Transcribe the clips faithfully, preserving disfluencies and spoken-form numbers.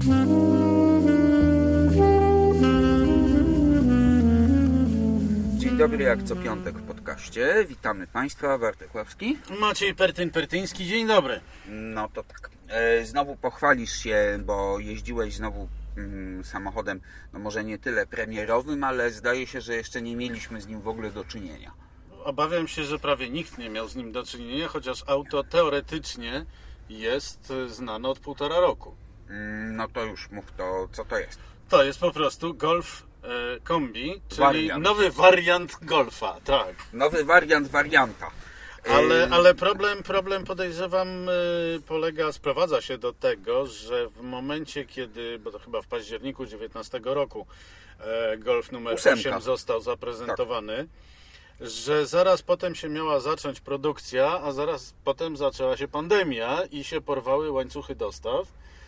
Dzień dobry, jak co piątek w podcaście. Witamy Państwa, Bartek Łapski. Maciej Pertyn-Pertyński, dzień dobry. No to tak. E, znowu pochwalisz się, bo jeździłeś znowu mm, samochodem, no może nie tyle premierowym, ale zdaje się, że jeszcze nie mieliśmy z nim w ogóle do czynienia. Obawiam się, że prawie nikt nie miał z nim do czynienia, chociaż auto teoretycznie jest znane od półtora roku. Mm, no to już mów to, co to jest. To jest po prostu Golf e, Kombi, czyli Wariant. nowy wariant Golfa, tak. Nowy wariant warianta. Ale, ale problem, problem podejrzewam polega, sprowadza się do tego, że w momencie, kiedy, bo to chyba w październiku dziewiętnastego roku Golf numer Ósemka. osiem został zaprezentowany, tak. Że zaraz potem się miała zacząć produkcja, a zaraz potem zaczęła się pandemia i się porwały łańcuchy dostaw.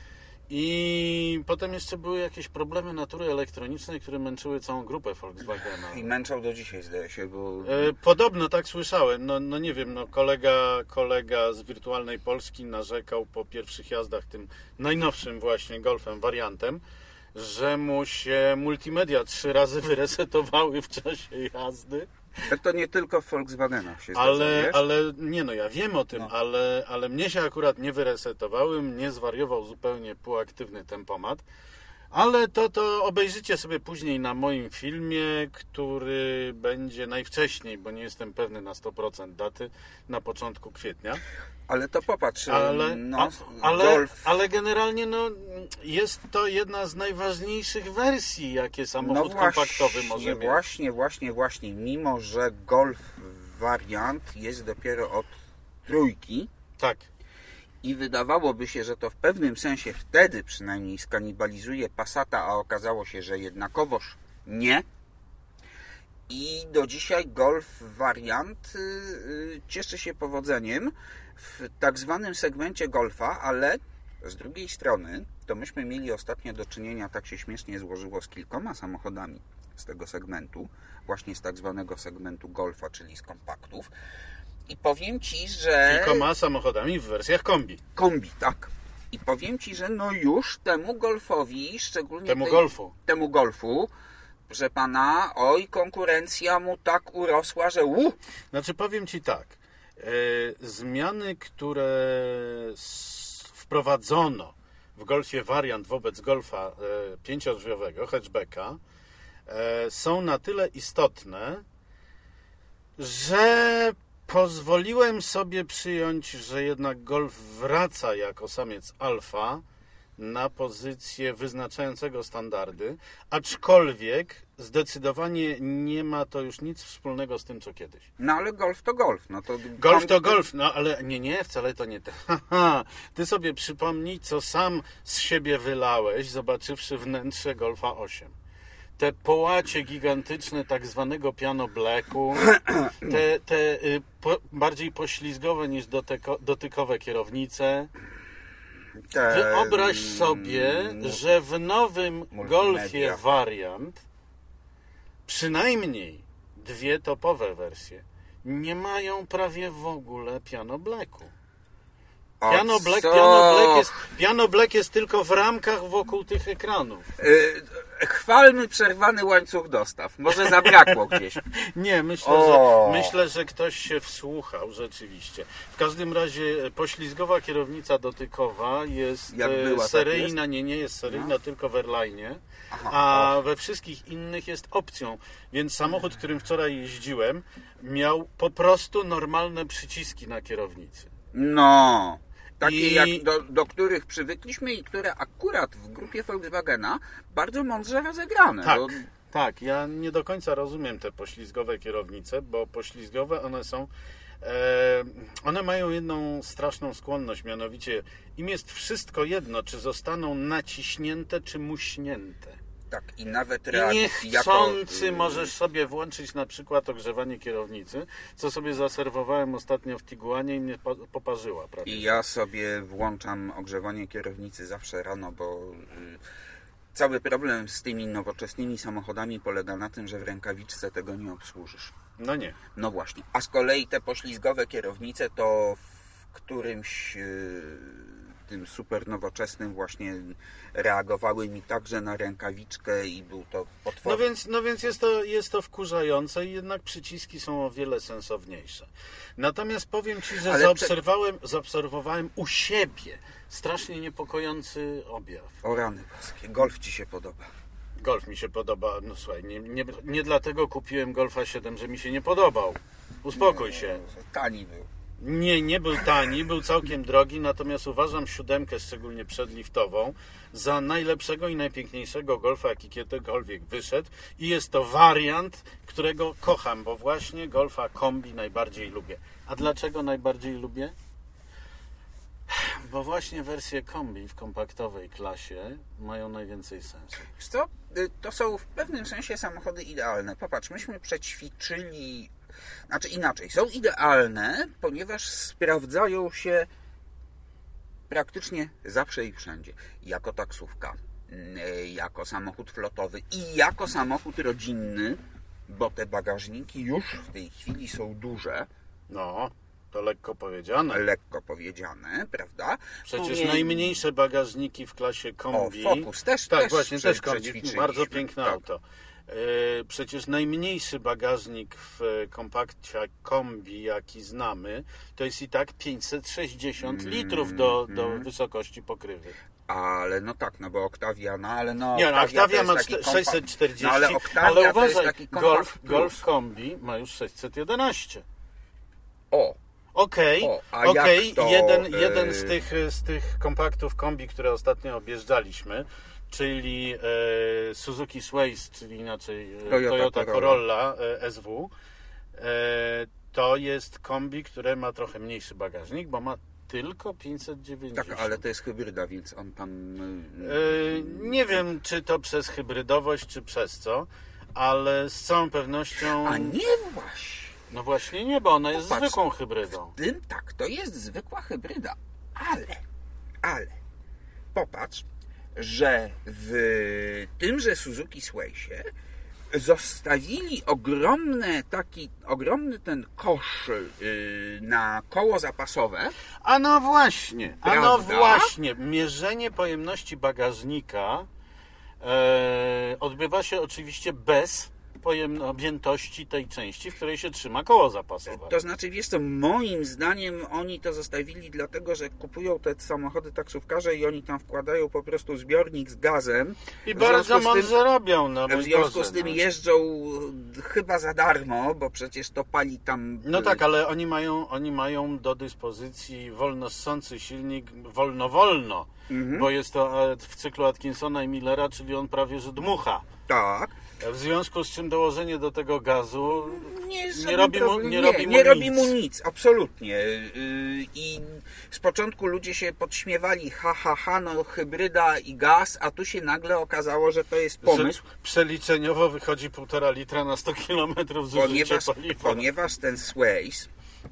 I potem jeszcze były jakieś problemy natury elektronicznej, które męczyły całą grupę Volkswagena. I męczą do dzisiaj, zdaje się, bo... E, podobno tak słyszałem. No, no nie wiem, no kolega, kolega z Wirtualnej Polski narzekał po pierwszych jazdach tym najnowszym właśnie Golfem wariantem, że mu się multimedia trzy razy wyresetowały w czasie jazdy. To nie tylko w Volkswagenach się zdarza, Ale, wiesz? ale nie no, ja wiem o tym, No. ale, ale mnie się akurat nie wyresetowały, mnie zwariował zupełnie półaktywny tempomat. Ale to, to obejrzycie sobie później na moim filmie, który będzie najwcześniej, bo nie jestem pewny na sto procent daty, na początku kwietnia. Ale to popatrz, Ale, no, a, ale, Golf... ale generalnie no, jest to jedna z najważniejszych wersji, jakie samochód no kompaktowy może właśnie, mieć. Właśnie, właśnie, właśnie. Mimo, że Golf wariant jest dopiero od trójki Tak. i wydawałoby się, że to w pewnym sensie wtedy przynajmniej skanibalizuje Passata, a okazało się, że jednakowoż nie. I do dzisiaj Golf wariant yy, cieszy się powodzeniem w tak zwanym segmencie Golfa, ale z drugiej strony to myśmy mieli ostatnio do czynienia, tak się śmiesznie złożyło, z kilkoma samochodami z tego segmentu, właśnie z tak zwanego segmentu Golfa, czyli z kompaktów. I powiem Ci, że... Kilkoma samochodami w wersjach kombi. Kombi, tak. I powiem Ci, że no już temu Golfowi, szczególnie... Temu tej, Golfu. Temu Golfu, że pana, oj, konkurencja mu tak urosła, że u! Znaczy powiem Ci tak, e, zmiany, które s- wprowadzono w Golfie wariant wobec Golfa e, pięciodrzwiowego, hatchbacka, e, są na tyle istotne, że pozwoliłem sobie przyjąć, że jednak Golf wraca jako samiec alfa na pozycję wyznaczającego standardy, aczkolwiek zdecydowanie nie ma to już nic wspólnego z tym, co kiedyś. No ale Golf to Golf. No to Golf to Golf, no ale nie, nie, wcale to nie. Haha, ty sobie przypomnij, co sam z siebie wylałeś, zobaczywszy wnętrze Golfa osiem. Te połacie gigantyczne tak zwanego piano blacku, te, te y, po, bardziej poślizgowe niż dotyko, dotykowe kierownice. Te... Wyobraź sobie, że w nowym Golfie wariant przynajmniej dwie topowe wersje nie mają prawie w ogóle piano blacku. Piano black, piano, black jest, piano black jest tylko w ramkach wokół tych ekranów. Yy, chwalmy przerwany łańcuch dostaw. Może zabrakło gdzieś. Nie, myślę że, myślę, że ktoś się wsłuchał rzeczywiście. W każdym razie poślizgowa kierownica dotykowa jest była, seryjna, tak jest? nie, nie jest seryjna, no. tylko w Airline'ie, a we wszystkich innych jest opcją. Więc samochód, którym wczoraj jeździłem, miał po prostu normalne przyciski na kierownicy. No... Takie, I... jak do, do których przywykliśmy i które akurat w grupie Volkswagena bardzo mądrze rozegrane. Tak, bo... tak. Ja nie do końca rozumiem te poślizgowe kierownice, bo poślizgowe one są... E, one mają jedną straszną skłonność, mianowicie im jest wszystko jedno, czy zostaną naciśnięte, czy muśnięte. Tak, i nawet I niechcący jako... możesz sobie włączyć na przykład ogrzewanie kierownicy, co sobie zaserwowałem ostatnio w Tiguanie i mnie poparzyła prawie. I ja sobie włączam ogrzewanie kierownicy zawsze rano, bo cały problem z tymi nowoczesnymi samochodami polega na tym, że w rękawiczce tego nie obsłużysz. No nie. No właśnie. A z kolei te poślizgowe kierownice to w którymś tym super nowoczesnym właśnie reagowały mi także na rękawiczkę i był to potworny. No więc, no więc jest, to, jest to wkurzające i jednak przyciski są o wiele sensowniejsze. Natomiast powiem Ci, że zaobserwowałem, prze... zaobserwowałem u siebie strasznie niepokojący objaw. O rany boskie, Golf Ci się podoba. Golf mi się podoba, no słuchaj, nie, nie, nie dlatego kupiłem Golfa siedem, że mi się nie podobał. Uspokój się. No, tani był. Nie, nie był tani, był całkiem drogi, natomiast uważam siódemkę, szczególnie przedliftową, za najlepszego i najpiękniejszego Golfa, jaki kiedykolwiek wyszedł i jest to wariant, którego kocham, bo właśnie Golfa kombi najbardziej lubię. A dlaczego najbardziej lubię? Bo właśnie wersje kombi w kompaktowej klasie mają najwięcej sensu. Wiesz co? To są w pewnym sensie samochody idealne. Popatrz, myśmy przećwiczyli... Znaczy inaczej, są idealne, ponieważ sprawdzają się praktycznie zawsze i wszędzie. Jako taksówka, jako samochód flotowy i jako samochód rodzinny, bo te bagażniki już w tej chwili są duże. No, to lekko powiedziane. Lekko powiedziane, prawda? Przecież nie... najmniejsze bagażniki w klasie kombi... O, Focus też, tak, też właśnie, też kombi. Bardzo piękne tak. auto. Przecież najmniejszy bagażnik w kompakcie kombi, jaki znamy, to jest i tak pięćset sześćdziesiąt litrów do, do wysokości pokrywy. Ale no tak, no bo Octavia, no ale no... Nie, no Octavia ma sześćset czterdzieści, no, ale, ale uważaj, Golf, Golf kombi ma już sześćset jedenaście. O! Okej, okay, okej, okay. jeden, jeden z tych, z tych kompaktów kombi, które ostatnio objeżdżaliśmy, czyli e, Suzuki Sways, czyli inaczej e, Toyota, Toyota Corolla, Corolla e, S W, e, to jest kombi, które ma trochę mniejszy bagażnik, bo ma tylko pięćset dziewięćdziesiąt. Tak, ale to jest hybryda, więc on tam... E, nie wiem, czy to przez hybrydowość, czy przez co, ale z całą pewnością... A nie właśnie. No właśnie nie, bo ona jest Popatrz, zwykłą hybrydą. W tym, tak, to jest zwykła hybryda, ale, ale, popatrz, że w tymże Suzuki Swaysie zostawili ogromne, taki, ogromny ten kosz yy, na koło zapasowe. A no właśnie, a no właśnie, mierzenie pojemności bagażnika e, odbywa się oczywiście bez objętości tej części, w której się trzyma koło zapasowe. To znaczy, wiesz co, moim zdaniem oni to zostawili dlatego, że kupują te samochody taksówkarze i oni tam wkładają po prostu zbiornik z gazem. I bardzo mądrze robią. No, w związku z tym no. jeżdżą chyba za darmo, bo przecież to pali tam... No tak, ale oni mają, oni mają do dyspozycji wolno ssący silnik wolno, wolno, mhm. bo jest to w cyklu Atkinsona i Millera, czyli on prawie że dmucha. Tak. W związku z czym dołożenie do tego gazu nie, nie, robi, mu, nie, nie, robi, mu nie nic. robi mu nic, absolutnie. I z początku ludzie się podśmiewali, ha, ha, ha, no hybryda i gaz, a tu się nagle okazało, że to jest pomysł. Że przeliczeniowo wychodzi półtora litra na sto kilometrów zużycia ponieważ, paliwa. Ponieważ ten Sways,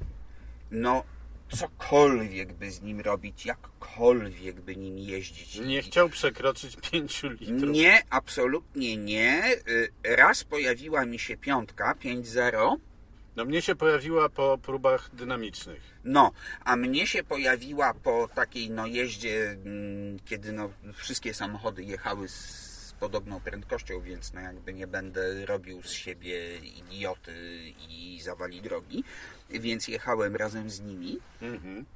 no cokolwiek by z nim robić, jakkolwiek by nim jeździć. Nie chciał przekroczyć pięciu litrów. Nie, absolutnie nie. Raz pojawiła mi się piątka, pięć zero. No mnie się pojawiła po próbach dynamicznych. No, a mnie się pojawiła po takiej no jeździe, kiedy no wszystkie samochody jechały z podobną prędkością, więc no jakby nie będę robił z siebie idioty i zawali drogi, więc jechałem razem z nimi. Mhm.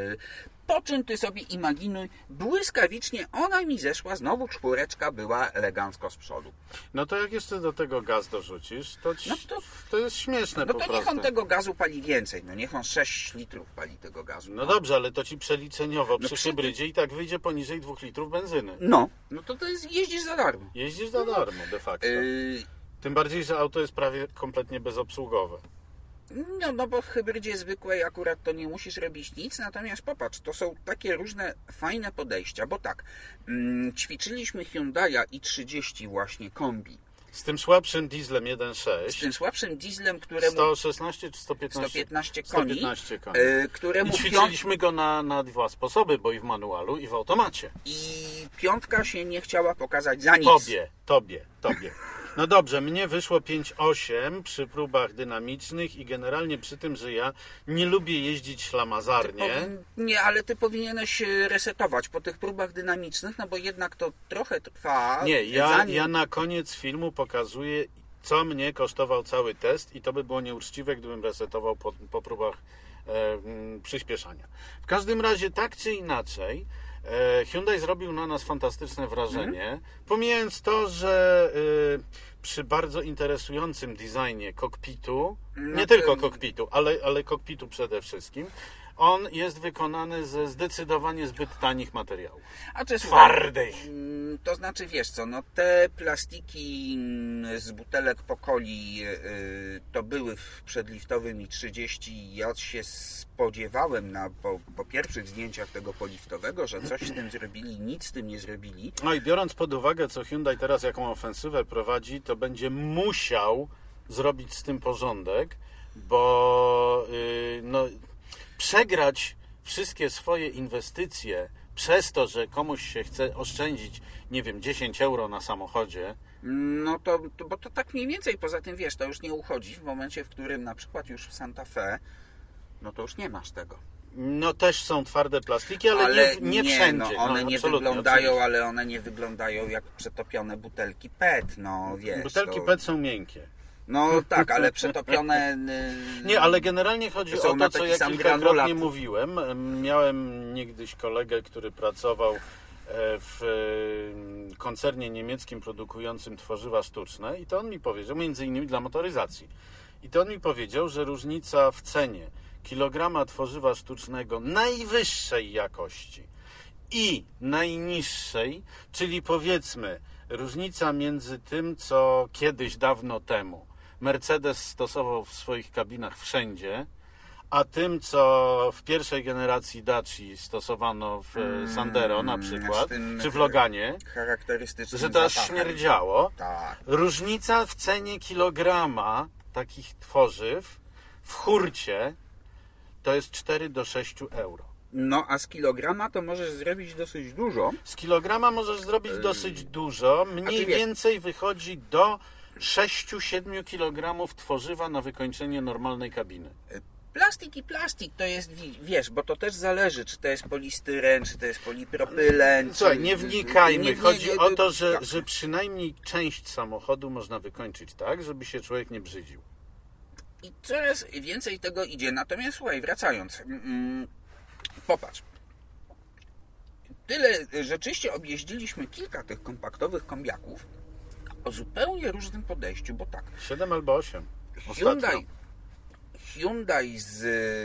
Po czym ty sobie imaginuj, błyskawicznie ona mi zeszła, znowu czwóreczka była elegancko z przodu. No to jak jeszcze do tego gaz dorzucisz, to, ci, no to, to jest śmieszne no po to prostu. niech on tego gazu pali więcej, no niech on sześć litrów pali tego gazu. No, no dobrze, ale to ci przeliczeniowo no przy przy... hybrydzie i tak wyjdzie poniżej dwóch litrów benzyny. No, no to, to jest, jeździsz za darmo. Jeździsz za darmo de facto. Yy... Tym bardziej, że auto jest prawie kompletnie bezobsługowe. No, no bo w hybrydzie zwykłej akurat to nie musisz robić nic, natomiast popatrz, to są takie różne fajne podejścia, bo tak, mm, ćwiczyliśmy Hyundai'a i trzydzieści właśnie kombi. Z tym słabszym dieslem jeden sześć. Z tym słabszym dieslem, któremu... sto szesnaście czy sto piętnaście? sto piętnaście koni. sto piętnaście koni. Yy, któremu I ćwiczyliśmy piąt... go na, na dwa sposoby, bo i w manualu, i w automacie. I piątka się nie chciała pokazać za nic. Tobie, tobie, tobie. No dobrze, mnie wyszło pięć osiem przy próbach dynamicznych i generalnie przy tym, że ja nie lubię jeździć ślamazarnie. Powin... Nie, ale ty powinieneś resetować po tych próbach dynamicznych, no bo jednak to trochę trwa. Nie, ja, zanim... ja na koniec filmu pokazuję, co mnie kosztował cały test i to by było nieuczciwe, gdybym resetował po, po próbach e, przyspieszania. W każdym razie, tak czy inaczej, e, Hyundai zrobił na nas fantastyczne wrażenie, mm. pomijając to, że e, przy bardzo interesującym designie kokpitu, no nie to... tylko kokpitu, ale, ale kokpitu przede wszystkim, on jest wykonany ze zdecydowanie zbyt tanich materiałów. A to jest twardych. To znaczy, wiesz co, no te plastiki z butelek po coli yy, to były w przedliftowym i trzydzieści. Ja się spodziewałem na, po, po pierwszych zdjęciach tego poliftowego, że coś z tym zrobili, nic z tym nie zrobili. No i biorąc pod uwagę, co Hyundai teraz, jaką ofensywę prowadzi, to będzie musiał zrobić z tym porządek, bo yy, no... przegrać wszystkie swoje inwestycje przez to, że komuś się chce oszczędzić, nie wiem, dziesięć euro na samochodzie. No to, to, bo to tak mniej więcej, poza tym wiesz, to już nie uchodzi w momencie, w którym na przykład już w Santa Fe, no to już nie masz tego. No też są twarde plastiki, ale, ale nie, nie, nie wszędzie. No, one no, nie wyglądają, oczywiście. Ale one nie wyglądają jak przetopione butelki P E T, no wiesz. Butelki to... P E T są miękkie. No tak, ale przetopione... Nie, ale generalnie chodzi o to, co ja kilkakrotnie mówiłem. Miałem niegdyś kolegę, który pracował w koncernie niemieckim produkującym tworzywa sztuczne i to on mi powiedział, między innymi dla motoryzacji, i to on mi powiedział, że różnica w cenie kilograma tworzywa sztucznego najwyższej jakości i najniższej, czyli powiedzmy różnica między tym, co kiedyś dawno temu Mercedes stosował w swoich kabinach wszędzie, a tym, co w pierwszej generacji Daci stosowano w Sandero na przykład, czy w Loganie, że to aż śmierdziało. Tak. Różnica w cenie kilograma takich tworzyw w hurcie to jest cztery do sześciu euro. No, a z kilograma to możesz zrobić dosyć dużo. Z kilograma możesz zrobić yy. dosyć dużo. Mniej więcej wychodzi do sześć do siedmiu kilogramów tworzywa na wykończenie normalnej kabiny. Plastik i plastik to jest, wiesz, bo to też zależy, czy to jest polistyren, czy to jest polipropylen. Słuchaj, czy... nie wnikajmy. Nie, nie, Chodzi nie, o to, że, tak. że przynajmniej część samochodu można wykończyć tak, żeby się człowiek nie brzydził. I coraz więcej tego idzie. Natomiast słuchaj, wracając, mm, popatrz. Tyle, rzeczywiście objeździliśmy kilka tych kompaktowych kombiaków o zupełnie różnym podejściu, bo tak. Siedem albo osiem. Hyundai, Hyundai z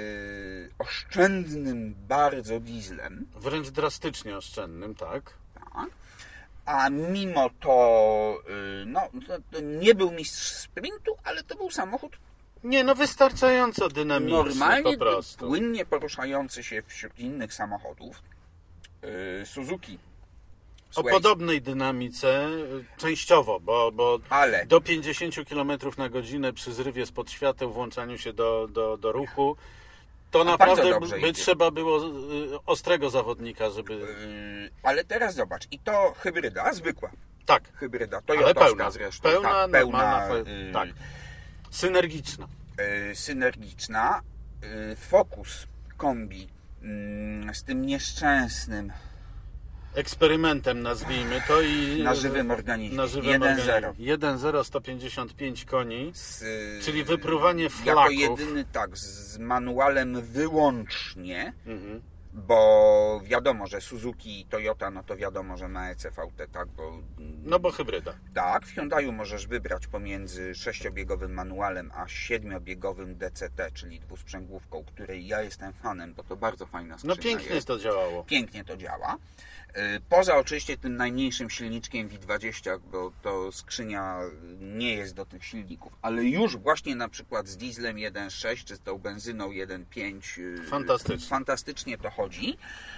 oszczędnym bardzo dieslem. Wręcz drastycznie oszczędnym, tak. Tak. A mimo to, no, to nie był mistrz sprintu, ale to był samochód Nie, no wystarczająco dynamiczny normalnie po prostu. Płynnie poruszający się wśród innych samochodów. Yy, Suzuki. O Sway. Podobnej dynamice częściowo, bo, bo Ale. do pięćdziesiąt kilometrów na godzinę przy zrywie spod świateł, włączaniu się do, do, do ruchu, to A naprawdę by idzie. trzeba było ostrego zawodnika, żeby... Yy, ale teraz zobacz, i to hybryda, zwykła. Tak. Hybryda, Toyotowska pełna, zresztą. Pełna, tak, pełna yy, tak. Synergiczna. Yy, synergiczna. Yy, Focus kombi yy, z tym nieszczęsnym eksperymentem, nazwijmy to, i na żywym organizmie. Na żywym jeden zero. jeden zero, sto pięćdziesiąt pięć koni, z, czyli wypruwanie flaków. Jako jedyny, tak, z manualem wyłącznie, mhm. bo wiadomo, że Suzuki i Toyota, no to wiadomo, że ma E C V T, tak, bo... No bo hybryda. Tak, w Hyundaiu możesz wybrać pomiędzy sześciobiegowym manualem a siedmiobiegowym D C T, czyli dwusprzęgłówką, której ja jestem fanem, bo to bardzo fajna skrzynia. No pięknie jest. to działało. Pięknie to działa. Poza oczywiście tym najmniejszym silniczkiem V dwadzieścia, bo to skrzynia nie jest do tych silników, ale już właśnie na przykład z dieslem jeden sześć czy z tą benzyną jeden pięć fantastycznie. fantastycznie to chodzi.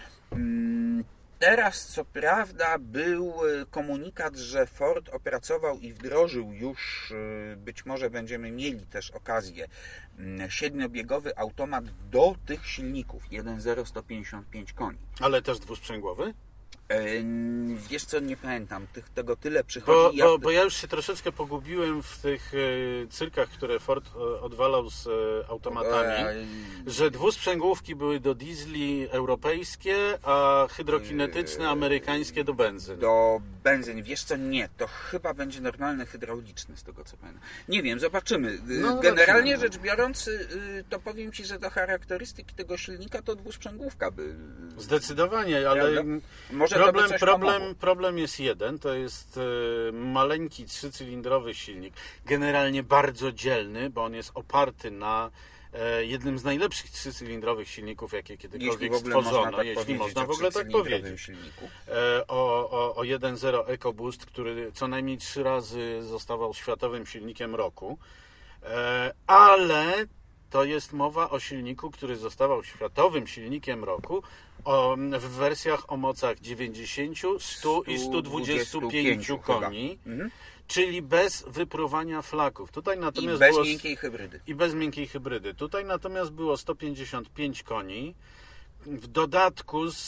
Teraz co prawda był komunikat, że Ford opracował i wdrożył już, być może będziemy mieli też okazję, siedmiobiegowy automat do tych silników jeden zero, sto pięćdziesiąt pięć koni. Ale też dwusprzęgłowy? Wiesz co, nie pamiętam, Tych, tego tyle przychodzi. Bo, bo, bo ja już się troszeczkę pogubiłem w tych e, cyrkach, które Ford e, odwalał z e, automatami, e... że dwusprzęgłówki były do diesli europejskie, a hydrokinetyczne amerykańskie do benzyn. Do benzyn, wiesz co, nie, to chyba będzie normalny hydrauliczny, z tego co pamiętam. Nie wiem, zobaczymy. No, Generalnie zobaczymy. Rzecz biorąc, to powiem Ci, że do charakterystyki tego silnika to dwusprzęgłówka by... Zdecydowanie, ale... Może Problem, problem, problem jest jeden, to jest e, maleńki trzycylindrowy silnik, generalnie bardzo dzielny, bo on jest oparty na e, jednym z najlepszych trzycylindrowych silników, jakie kiedykolwiek stworzono, można tak jeśli można w ogóle tak powiedzieć. E, o, o, o jeden zero EcoBoost, który co najmniej trzy razy zostawał światowym silnikiem roku, e, ale to jest mowa o silniku, który zostawał światowym silnikiem roku o, w wersjach o mocach dziewięćdziesiąt, sto i sto dwadzieścia pięć koni, mhm. czyli bez wypruwania flaków. Tutaj natomiast I bez było, miękkiej hybrydy. I bez miękkiej hybrydy. Tutaj natomiast było sto pięćdziesiąt pięć koni. W dodatku z,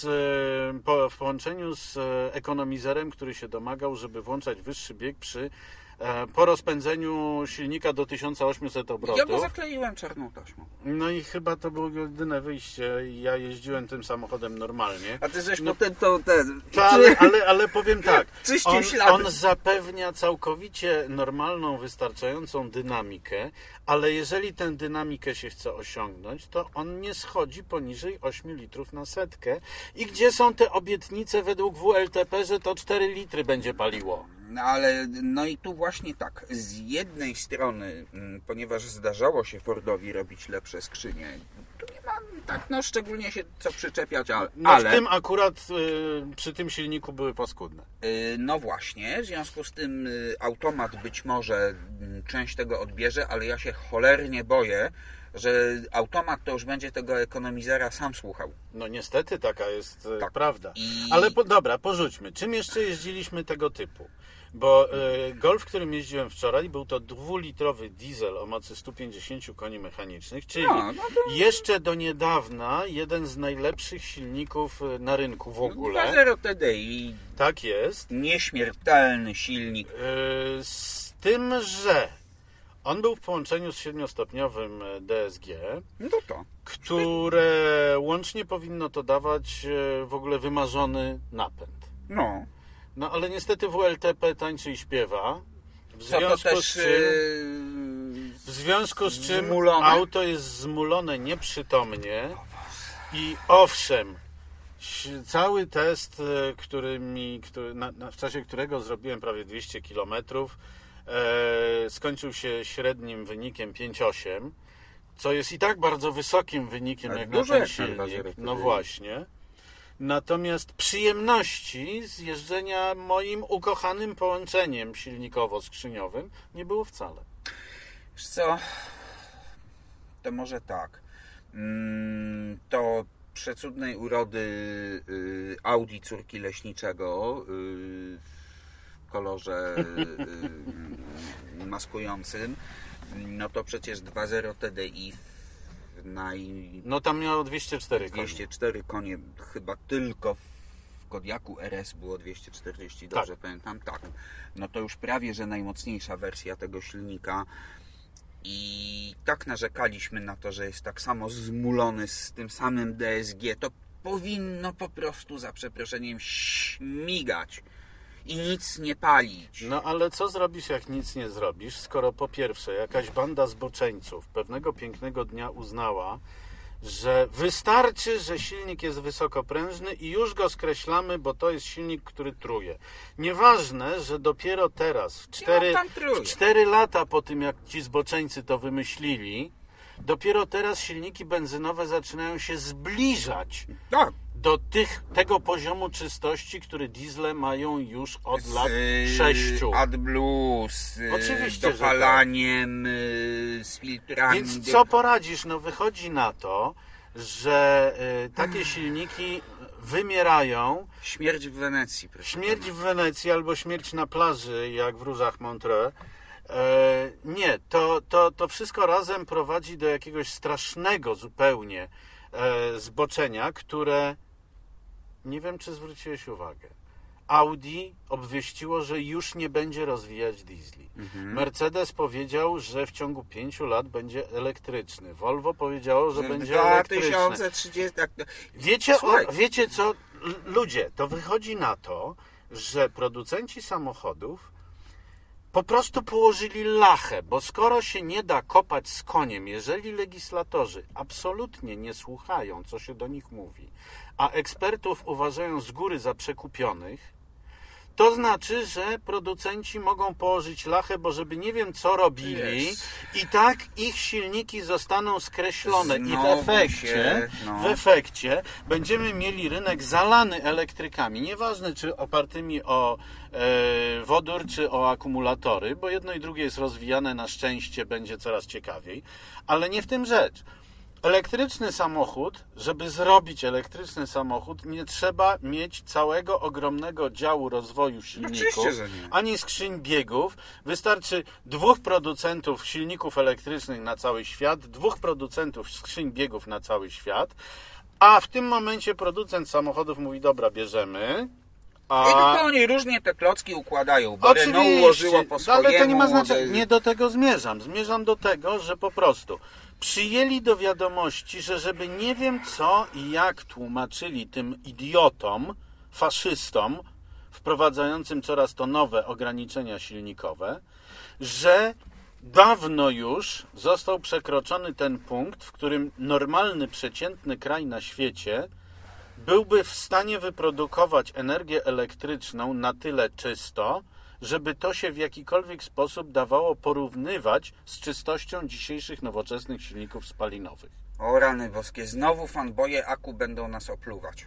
po, w połączeniu z ekonomizerem, który się domagał, żeby włączać wyższy bieg przy po rozpędzeniu silnika do tysiąc osiemset obrotów. Ja go zakleiłem czarną taśmą. No i chyba to było jedyne wyjście. Ja jeździłem tym samochodem normalnie. A ty żeś no, potem to ten... To, ale, ale, ale powiem tak. On, on zapewnia całkowicie normalną, wystarczającą dynamikę, ale jeżeli tę dynamikę się chce osiągnąć, to on nie schodzi poniżej ośmiu litrów na setkę. I gdzie są te obietnice według W L T P, że to cztery litry będzie paliło? No ale, no i tu właśnie tak, z jednej strony, ponieważ zdarzało się Fordowi robić lepsze skrzynie, tu nie ma tak, no szczególnie się co przyczepiać, ale... No w tym akurat y, przy tym silniku były paskudne. Y, no właśnie, w związku z tym y, automat być może y, część tego odbierze, ale ja się cholernie boję, że automat to już będzie tego ekonomizera sam słuchał. No niestety taka jest tak. prawda. I... Ale po, dobra, porzućmy. Czym jeszcze jeździliśmy tego typu? Bo y, Golf, którym jeździłem wczoraj, był to dwulitrowy diesel o mocy stu pięćdziesięciu koni mechanicznych, czyli no, no to... jeszcze do niedawna jeden z najlepszych silników na rynku w ogóle. dwa zero T D I. Tak jest. Nieśmiertelny silnik. Y, z tym, że on był w połączeniu z siedmiostopniowym D S G, no to to. które łącznie powinno to dawać w ogóle wymarzony napęd. No. No ale niestety W L T P tańczy i śpiewa. W związku to też, z czym, w związku z czym zmulone. auto jest zmulone nieprzytomnie i owszem, cały test, który mi, który, na, na, w czasie którego zrobiłem prawie dwieście kilometrów, e, skończył się średnim wynikiem pięć osiem, co jest i tak bardzo wysokim wynikiem jak na ten silnik. No właśnie. Natomiast przyjemności z jeżdżenia moim ukochanym połączeniem silnikowo-skrzyniowym nie było wcale. Wiesz co, to może tak. To przecudnej urody Audi córki leśniczego w kolorze maskującym, no to przecież dwa zero T D I Naj... No tam miało dwieście cztery konie. dwieście cztery konie, chyba tylko w Kodiaku R S było dwieście czterdzieści, dobrze tak. pamiętam? Tak. No to już prawie, że najmocniejsza wersja tego silnika i tak narzekaliśmy na to, że jest tak samo zmulony z tym samym D S G. To powinno po prostu, za przeproszeniem, śmigać i nic nie palić. No ale co zrobisz, jak nic nie zrobisz, skoro po pierwsze jakaś banda zboczeńców pewnego pięknego dnia uznała, że wystarczy, że silnik jest wysokoprężny i już go skreślamy, bo to jest silnik, który truje. Nieważne, że dopiero teraz, w cztery, w cztery lata po tym, jak ci zboczeńcy to wymyślili, dopiero teraz silniki benzynowe zaczynają się zbliżać tak. do tych, tego poziomu czystości, który diesle mają już od z, lat sześciu. AdBlue, z Oczywiście, dopalaniem, tak. z filtrami. Więc co poradzisz? No wychodzi na to, że y, takie silniki wymierają. Śmierć w Wenecji. Proszę śmierć pana. w Wenecji albo śmierć na plaży, jak w Różach Montreux. E, nie, to, to, to wszystko razem prowadzi do jakiegoś strasznego zupełnie e, zboczenia, które nie wiem, czy zwróciłeś uwagę, Audi obwieściło, że już nie będzie rozwijać diesli. Mhm. Mercedes powiedział, że w ciągu pięciu lat będzie elektryczny. Volvo powiedziało, że, że będzie dwa tysiące trzydziesty Wiecie, o, wiecie co? Ludzie, to wychodzi na to, że producenci samochodów po prostu położyli lachę, bo skoro się nie da kopać z koniem, jeżeli legislatorzy absolutnie nie słuchają, co się do nich mówi, a ekspertów uważają z góry za przekupionych, to znaczy, że producenci mogą położyć lachę, bo żeby nie wiem co robili, yes. i tak ich silniki zostaną skreślone. Znowu I w efekcie, się, no. w efekcie będziemy mieli rynek zalany elektrykami. Nieważne, czy opartymi o e, wodór, czy o akumulatory, bo jedno i drugie jest rozwijane, na szczęście będzie coraz ciekawiej. Ale nie w tym rzecz. Elektryczny samochód, żeby zrobić elektryczny samochód, nie trzeba mieć całego ogromnego działu rozwoju silników, ani skrzyń biegów. Wystarczy dwóch producentów silników elektrycznych na cały świat, dwóch producentów skrzyń biegów na cały świat, a w tym momencie producent samochodów mówi, dobra, bierzemy. A... I tylko oni różnie te klocki układają, bo Renault ułożyło po swojemu. Ale to nie ma znaczenia. Nie do tego zmierzam. Zmierzam do tego, że po prostu przyjęli do wiadomości, że żeby nie wiem co i jak tłumaczyli tym idiotom, faszystom, wprowadzającym coraz to nowe ograniczenia silnikowe, że dawno już został przekroczony ten punkt, w którym normalny, przeciętny kraj na świecie byłby w stanie wyprodukować energię elektryczną na tyle czysto, żeby to się w jakikolwiek sposób dawało porównywać z czystością dzisiejszych nowoczesnych silników spalinowych. O rany boskie, znowu fanboje Aku będą nas opluwać.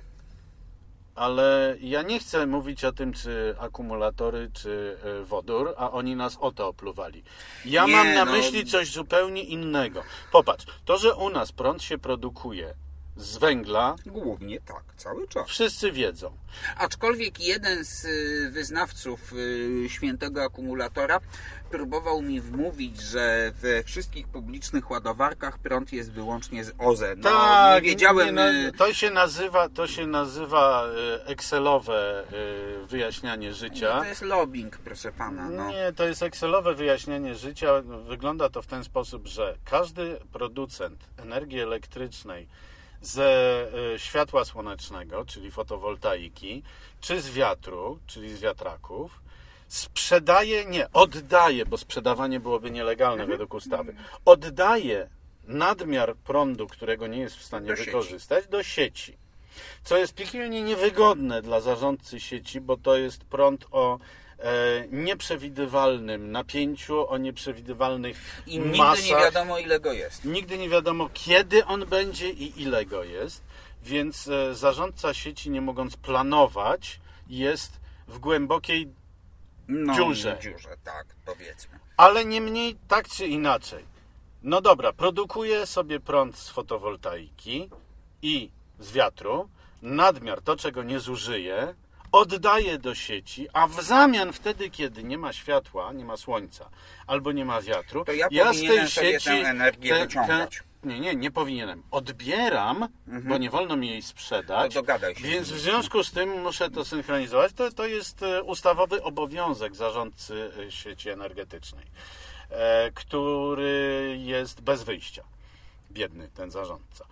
Ale ja nie chcę mówić o tym, czy akumulatory, czy wodór, a oni nas o to opluwali. Ja nie, mam na no... myśli coś zupełnie innego. Popatrz, to, że u nas prąd się produkuje z węgla. Głównie tak, cały czas. Wszyscy wiedzą. Aczkolwiek jeden z wyznawców świętego akumulatora próbował mi wmówić, że we wszystkich publicznych ładowarkach prąd jest wyłącznie z O Z E. No, tak, nie wiedziałem. Nie, no, to się nazywa, to się nazywa Excelowe wyjaśnianie życia. Nie, to jest lobbying, proszę pana. No. Nie, to jest Excelowe wyjaśnianie życia. Wygląda to w ten sposób, że każdy producent energii elektrycznej ze światła słonecznego, czyli fotowoltaiki, czy z wiatru, czyli z wiatraków, sprzedaje, nie, oddaje, bo sprzedawanie byłoby nielegalne według ustawy, oddaje nadmiar prądu, którego nie jest w stanie do wykorzystać, sieci. do sieci. Co jest piekielnie niewygodne dla zarządcy sieci, bo to jest prąd o e, nieprzewidywalnym napięciu, o nieprzewidywalnych I masach. nigdy nie wiadomo, ile go jest. Nigdy nie wiadomo, kiedy on będzie i ile go jest, więc e, zarządca sieci, nie mogąc planować, jest w głębokiej no, dziurze. dziurze, tak, powiedzmy. Ale niemniej, tak czy inaczej. No dobra, produkuje sobie prąd z fotowoltaiki i z wiatru, nadmiar, to czego nie zużyje, oddaje do sieci, a w zamian wtedy, kiedy nie ma światła, nie ma słońca, albo nie ma wiatru, to ja, ja z tej sobie sieci tę energię te, wyciągać. Te, nie, nie, nie powinienem. Odbieram, mhm. bo nie wolno mi jej sprzedać, to dogadaj się więc w związku z tym muszę to synchronizować. To, to jest ustawowy obowiązek zarządcy sieci energetycznej, e, który jest bez wyjścia. Biedny ten zarządca.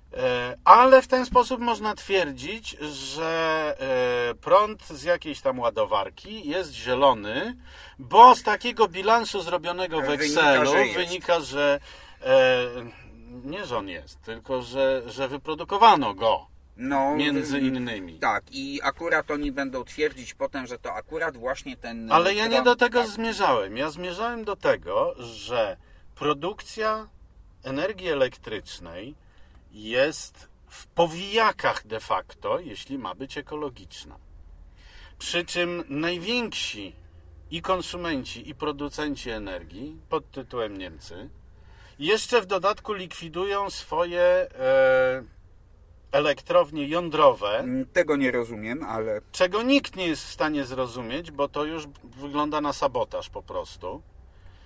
Ale w ten sposób można twierdzić, że prąd z jakiejś tam ładowarki jest zielony, bo z takiego bilansu zrobionego w Excelu wynika, że, wynika, że nie, że on jest, tylko że, że wyprodukowano go. No, między innymi. Tak, i akurat oni będą twierdzić potem, że to akurat właśnie ten... Ale ja nie do tego tak. zmierzałem. Ja zmierzałem do tego, że produkcja energii elektrycznej jest w powijakach de facto, jeśli ma być ekologiczna. Przy czym najwięksi i konsumenci, i producenci energii, pod tytułem Niemcy, jeszcze w dodatku likwidują swoje e, elektrownie jądrowe. Tego nie rozumiem, ale... Czego nikt nie jest w stanie zrozumieć, bo to już wygląda na sabotaż po prostu.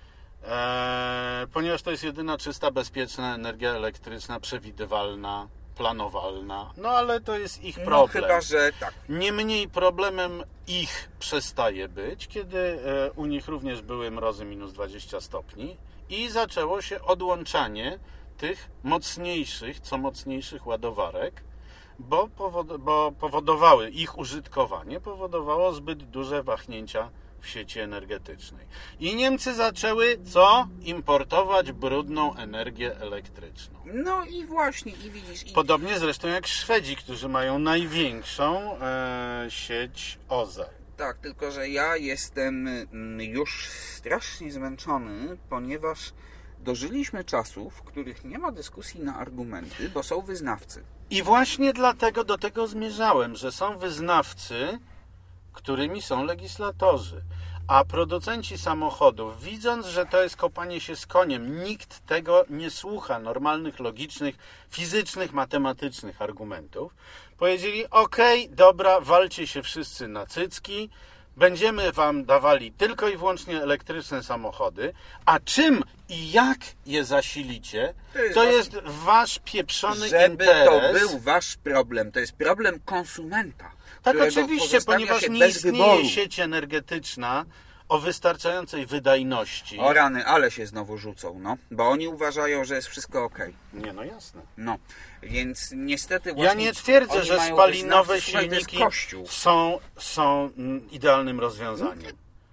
E, ponieważ to jest jedyna czysta, bezpieczna energia elektryczna, przewidywalna, planowalna. No ale to jest ich problem. No chyba, że tak. Niemniej problemem ich przestaje być, kiedy u nich również były mrozy minus dwadzieścia stopni i zaczęło się odłączanie tych mocniejszych, co mocniejszych ładowarek, bo, powod- bo powodowały, ich użytkowanie powodowało zbyt duże wahnięcia w sieci energetycznej. I Niemcy zaczęły co? Importować brudną energię elektryczną. No i właśnie, i widzisz... I... Podobnie zresztą jak Szwedzi, którzy mają największą e, sieć O Z E. Tak, tylko że ja jestem już strasznie zmęczony, ponieważ dożyliśmy czasów, w których nie ma dyskusji na argumenty, bo są wyznawcy. I właśnie dlatego do tego zmierzałem, że są wyznawcy, którymi są legislatorzy. A producenci samochodów, widząc, że to jest kopanie się z koniem, nikt tego nie słucha, normalnych, logicznych, fizycznych, matematycznych argumentów, powiedzieli, okej, dobra, walcie się wszyscy na cycki, będziemy wam dawali tylko i wyłącznie elektryczne samochody, a czym i jak je zasilicie, to jest, to jest wasz pieprzony żeby interes. Żeby to był wasz problem, to jest problem konsumenta. Tak, oczywiście, ponieważ nie istnieje sieć energetyczna o wystarczającej wydajności. O rany, ale się znowu rzucą, no. Bo oni uważają, że jest wszystko okej. Okay. Nie, no jasne. No, więc niestety właśnie... Ja nie twierdzę, że spalinowe silniki są, są idealnym rozwiązaniem.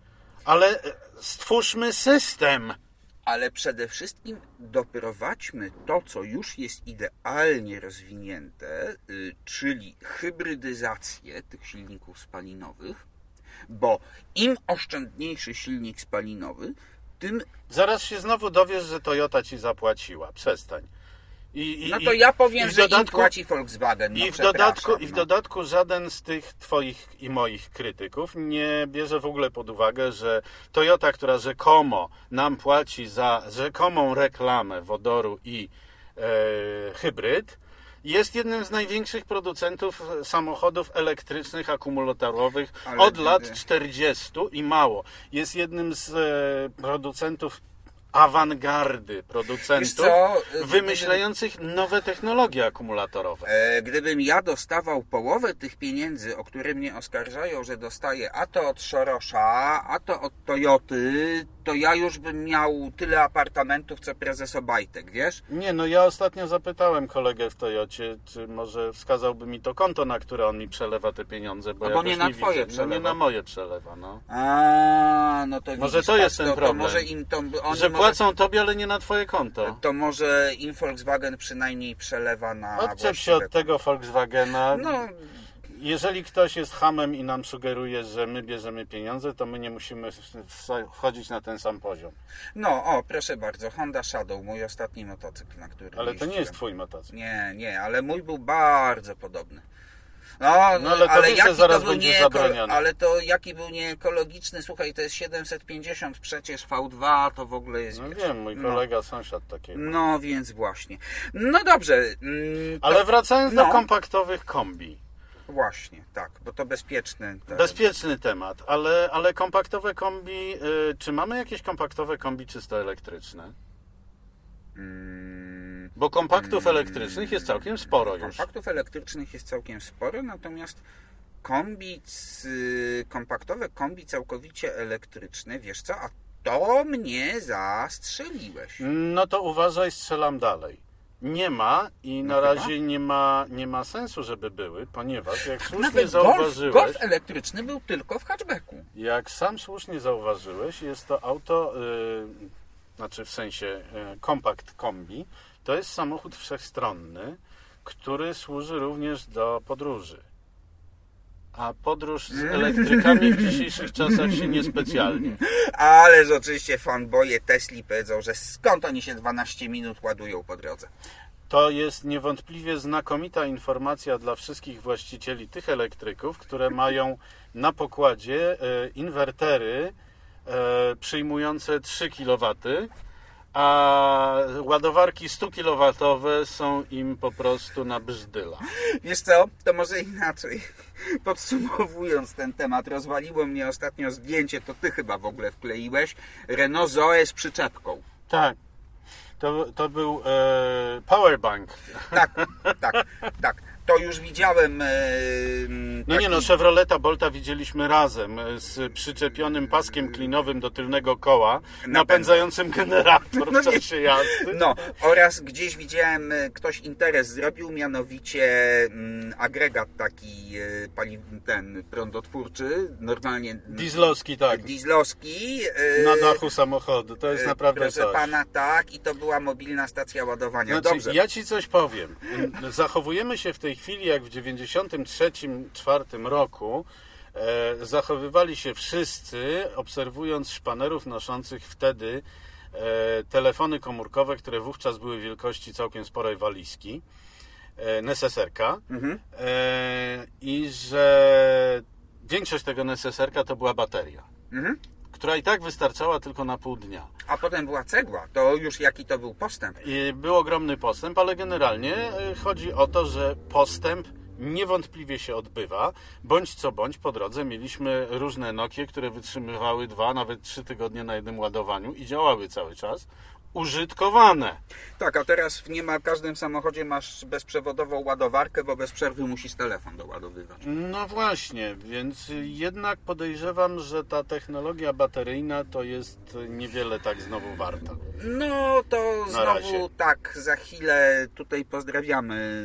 Ale stwórzmy system. Ale przede wszystkim doprowadźmy to, co już jest idealnie rozwinięte, czyli hybrydyzację tych silników spalinowych, bo im oszczędniejszy silnik spalinowy, tym... Zaraz się znowu dowiesz, że Toyota ci zapłaciła. Przestań. I, i, no to ja powiem, że dodatku, im płaci Volkswagen. No i, w dodatku, no. I w dodatku żaden z tych twoich i moich krytyków nie bierze w ogóle pod uwagę, że Toyota, która rzekomo nam płaci za rzekomą reklamę wodoru i e, hybryd, jest jednym z największych producentów samochodów elektrycznych, akumulatorowych Ale od lat czterdziestu i mało. Jest jednym z e, producentów awangardy producentów wymyślających nowe technologie akumulatorowe. Gdybym ja dostawał połowę tych pieniędzy, o które mnie oskarżają, że dostaję a to od Sorosza, a to od Toyoty, to ja już bym miał tyle apartamentów, co prezes Obajtek, wiesz? Nie, no ja ostatnio zapytałem kolegę w Toyocie, czy może wskazałby mi to konto, na które on mi przelewa te pieniądze, bo, no bo nie na nie twoje widzę. przelewa. No nie na moje przelewa, no. A, no to może widzisz, to jest tak, ten to, problem, to może im to, oni że może, płacą tobie, ale nie na twoje konto. To może im Volkswagen przynajmniej przelewa na... Odczep się od tego Volkswagena. No... Jeżeli ktoś jest hamem i nam sugeruje, że my bierzemy pieniądze, to my nie musimy wchodzić na ten sam poziom. No, o, proszę bardzo, Honda Shadow, mój ostatni motocykl, na którym Ale jeździłem. to nie jest twój motocykl. Nie, nie, ale mój był bardzo podobny. No, no ale to ale jaki zaraz to będzie zabronione. Ale to jaki był nieekologiczny, słuchaj, to jest siedemset pięćdziesiąt, przecież V dwa to w ogóle jest... No wiesz, wiem, mój kolega, no. sąsiad takiego. No, więc właśnie. No dobrze. To, ale wracając no. do kompaktowych kombi. Właśnie, tak, bo to bezpieczny... Te... Bezpieczny temat, ale, ale kompaktowe kombi... Yy, czy mamy jakieś kompaktowe kombi czysto elektryczne? Hmm. Bo kompaktów hmm. elektrycznych jest całkiem sporo już. Kompaktów elektrycznych jest całkiem sporo, natomiast kombi, kompaktowe kombi całkowicie elektryczne, wiesz co, a to mnie zastrzeliłeś. No to uważaj, strzelam dalej. Nie ma i na no razie nie ma, nie ma sensu, żeby były, ponieważ jak słusznie Nawet zauważyłeś... Golf, golf elektryczny był tylko w hatchbacku. Jak sam słusznie zauważyłeś, jest to auto, yy, znaczy w sensie yy, kompakt kombi, to jest samochód wszechstronny, który służy również do podróży. A podróż z elektrykami w dzisiejszych czasach się niespecjalnie. Ależ oczywiście fanboye Tesli powiedzą, że skąd oni się dwanaście minut ładują po drodze. To jest niewątpliwie znakomita informacja dla wszystkich właścicieli tych elektryków, które mają na pokładzie inwertery przyjmujące trzy kilowatowe, a ładowarki sto kilowatowe są im po prostu na brzdyla. Wiesz co, to może inaczej. Podsumowując ten temat, rozwaliło mnie ostatnio zdjęcie, to ty chyba w ogóle wkleiłeś, Renault Zoe z przyczepką. Tak. To, to był e, powerbank. Tak, tak, tak. To już widziałem. E, no taki... nie no, Chevroleta Bolta widzieliśmy razem z przyczepionym paskiem klinowym do tylnego koła, napędzającym generator no w czasie jazdy. No, oraz gdzieś widziałem, ktoś interes zrobił, mianowicie m, agregat taki paliw, ten prądotwórczy, normalnie. Dieslowski, tak. Dieslowski. E, Na dachu samochodu, to jest naprawdę proszę coś. pana, tak, i to była mobilna stacja ładowania. Znaczy, Dobrze. Ja ci coś powiem. Zachowujemy się w tej chwili jak w dziewięćdziesiątym trzecim czwartym roku e, zachowywali się wszyscy, obserwując szpanerów noszących wtedy e, telefony komórkowe, które wówczas były wielkości całkiem sporej walizki, e, neseserka, mhm. e, i że większość tego neseserka to była bateria. Mhm. Która i tak wystarczała tylko na pół dnia. A potem była cegła. To już jaki to był postęp? Był ogromny postęp, ale generalnie chodzi o to, że postęp niewątpliwie się odbywa. Bądź co bądź, po drodze mieliśmy różne Nokie, które wytrzymywały dwa, nawet trzy tygodnie na jednym ładowaniu i działały cały czas. Użytkowane. Tak, a teraz w niemal każdym samochodzie masz bezprzewodową ładowarkę, bo bez przerwy musisz telefon doładowywać. No właśnie, więc jednak podejrzewam, że ta technologia bateryjna to jest niewiele tak znowu warta. No to znowu razie. Tak, za chwilę tutaj pozdrawiamy.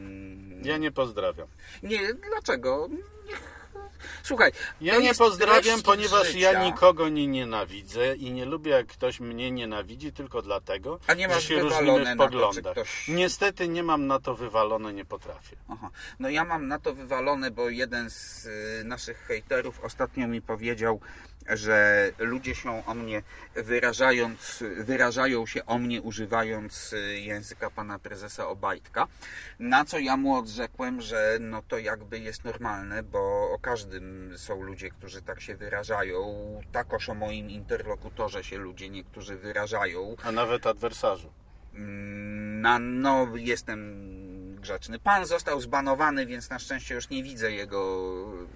Ja nie pozdrawiam. Nie, dlaczego? Słuchaj, ja nie pozdrawiam, ponieważ życia. ja nikogo nie nienawidzę i nie lubię, jak ktoś mnie nienawidzi tylko dlatego, A nie masz że się różnimy w poglądach. To, ktoś... Niestety nie mam na to wywalone, nie potrafię. Aha. No ja mam na to wywalone, bo jeden z naszych hejterów ostatnio mi powiedział, że ludzie się o mnie wyrażając, wyrażają się o mnie używając języka pana prezesa Obajtka, na co ja mu odrzekłem, że no to jakby jest normalne, bo o każdym są ludzie, którzy tak się wyrażają, takoż o moim interlokutorze się ludzie niektórzy wyrażają. A nawet adwersarzu. Na, no jestem grzeczny. Pan został zbanowany, więc na szczęście już nie widzę jego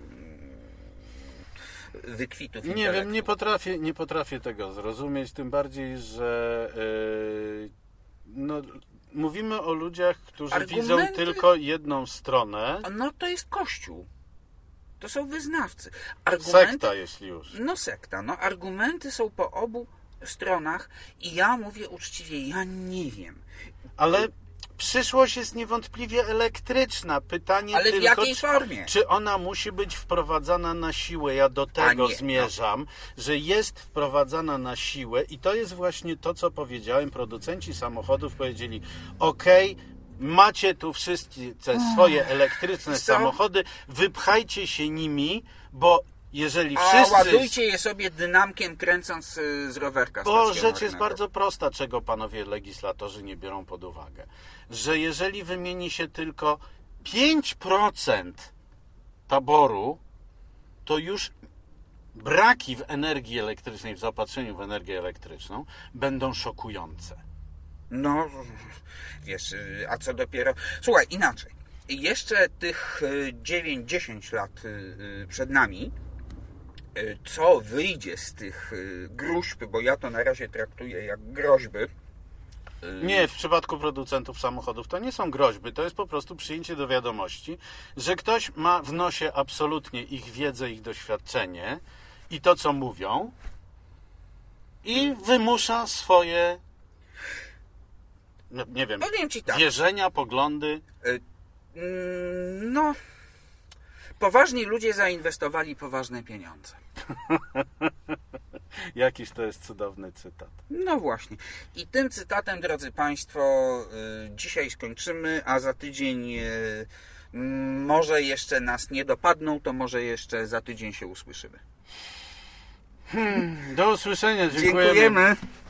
wykwitów Nie intelektu. wiem, nie potrafię, nie potrafię tego zrozumieć, tym bardziej, że yy, no, mówimy o ludziach, którzy Argumenty... widzą tylko jedną stronę. No to jest Kościół. To są wyznawcy. Argumenty... Sekta, jeśli już. No sekta. No, argumenty są po obu stronach i ja mówię uczciwie, ja nie wiem. Ale... Przyszłość jest niewątpliwie elektryczna. Pytanie Ale tylko, w jakiej formie? Czy ona musi być wprowadzana na siłę? Ja do tego nie, zmierzam, no. że jest wprowadzana na siłę i to jest właśnie to, co powiedziałem. Producenci samochodów powiedzieli, okej, macie tu wszystkie te swoje elektryczne Co? samochody, wypchajcie się nimi, bo jeżeli A wszyscy... ładujcie je sobie dynamkiem, kręcąc z rowerka Bo rzecz jest bardzo prosta, czego panowie legislatorzy nie biorą pod uwagę. Że jeżeli wymieni się tylko pięć procent taboru, to już braki w energii elektrycznej, w zaopatrzeniu w energię elektryczną będą szokujące. No, wiesz, a co dopiero... Słuchaj, inaczej. Jeszcze tych dziewięć dziesięć lat przed nami, co wyjdzie z tych gruźb, bo ja to na razie traktuję jak groźby. Nie, w przypadku producentów samochodów to nie są groźby, to jest po prostu przyjęcie do wiadomości, że ktoś ma w nosie absolutnie ich wiedzę, ich doświadczenie i to, co mówią, i wymusza swoje, nie wiem, Powiem ci tak. wierzenia, poglądy. No, poważni ludzie zainwestowali poważne pieniądze. Jakiż to jest cudowny cytat. No właśnie. I tym cytatem, drodzy Państwo, dzisiaj skończymy, a za tydzień może jeszcze nas nie dopadną, to może jeszcze za tydzień się usłyszymy. Hmm, do usłyszenia. Dziękujemy. Dziękujemy.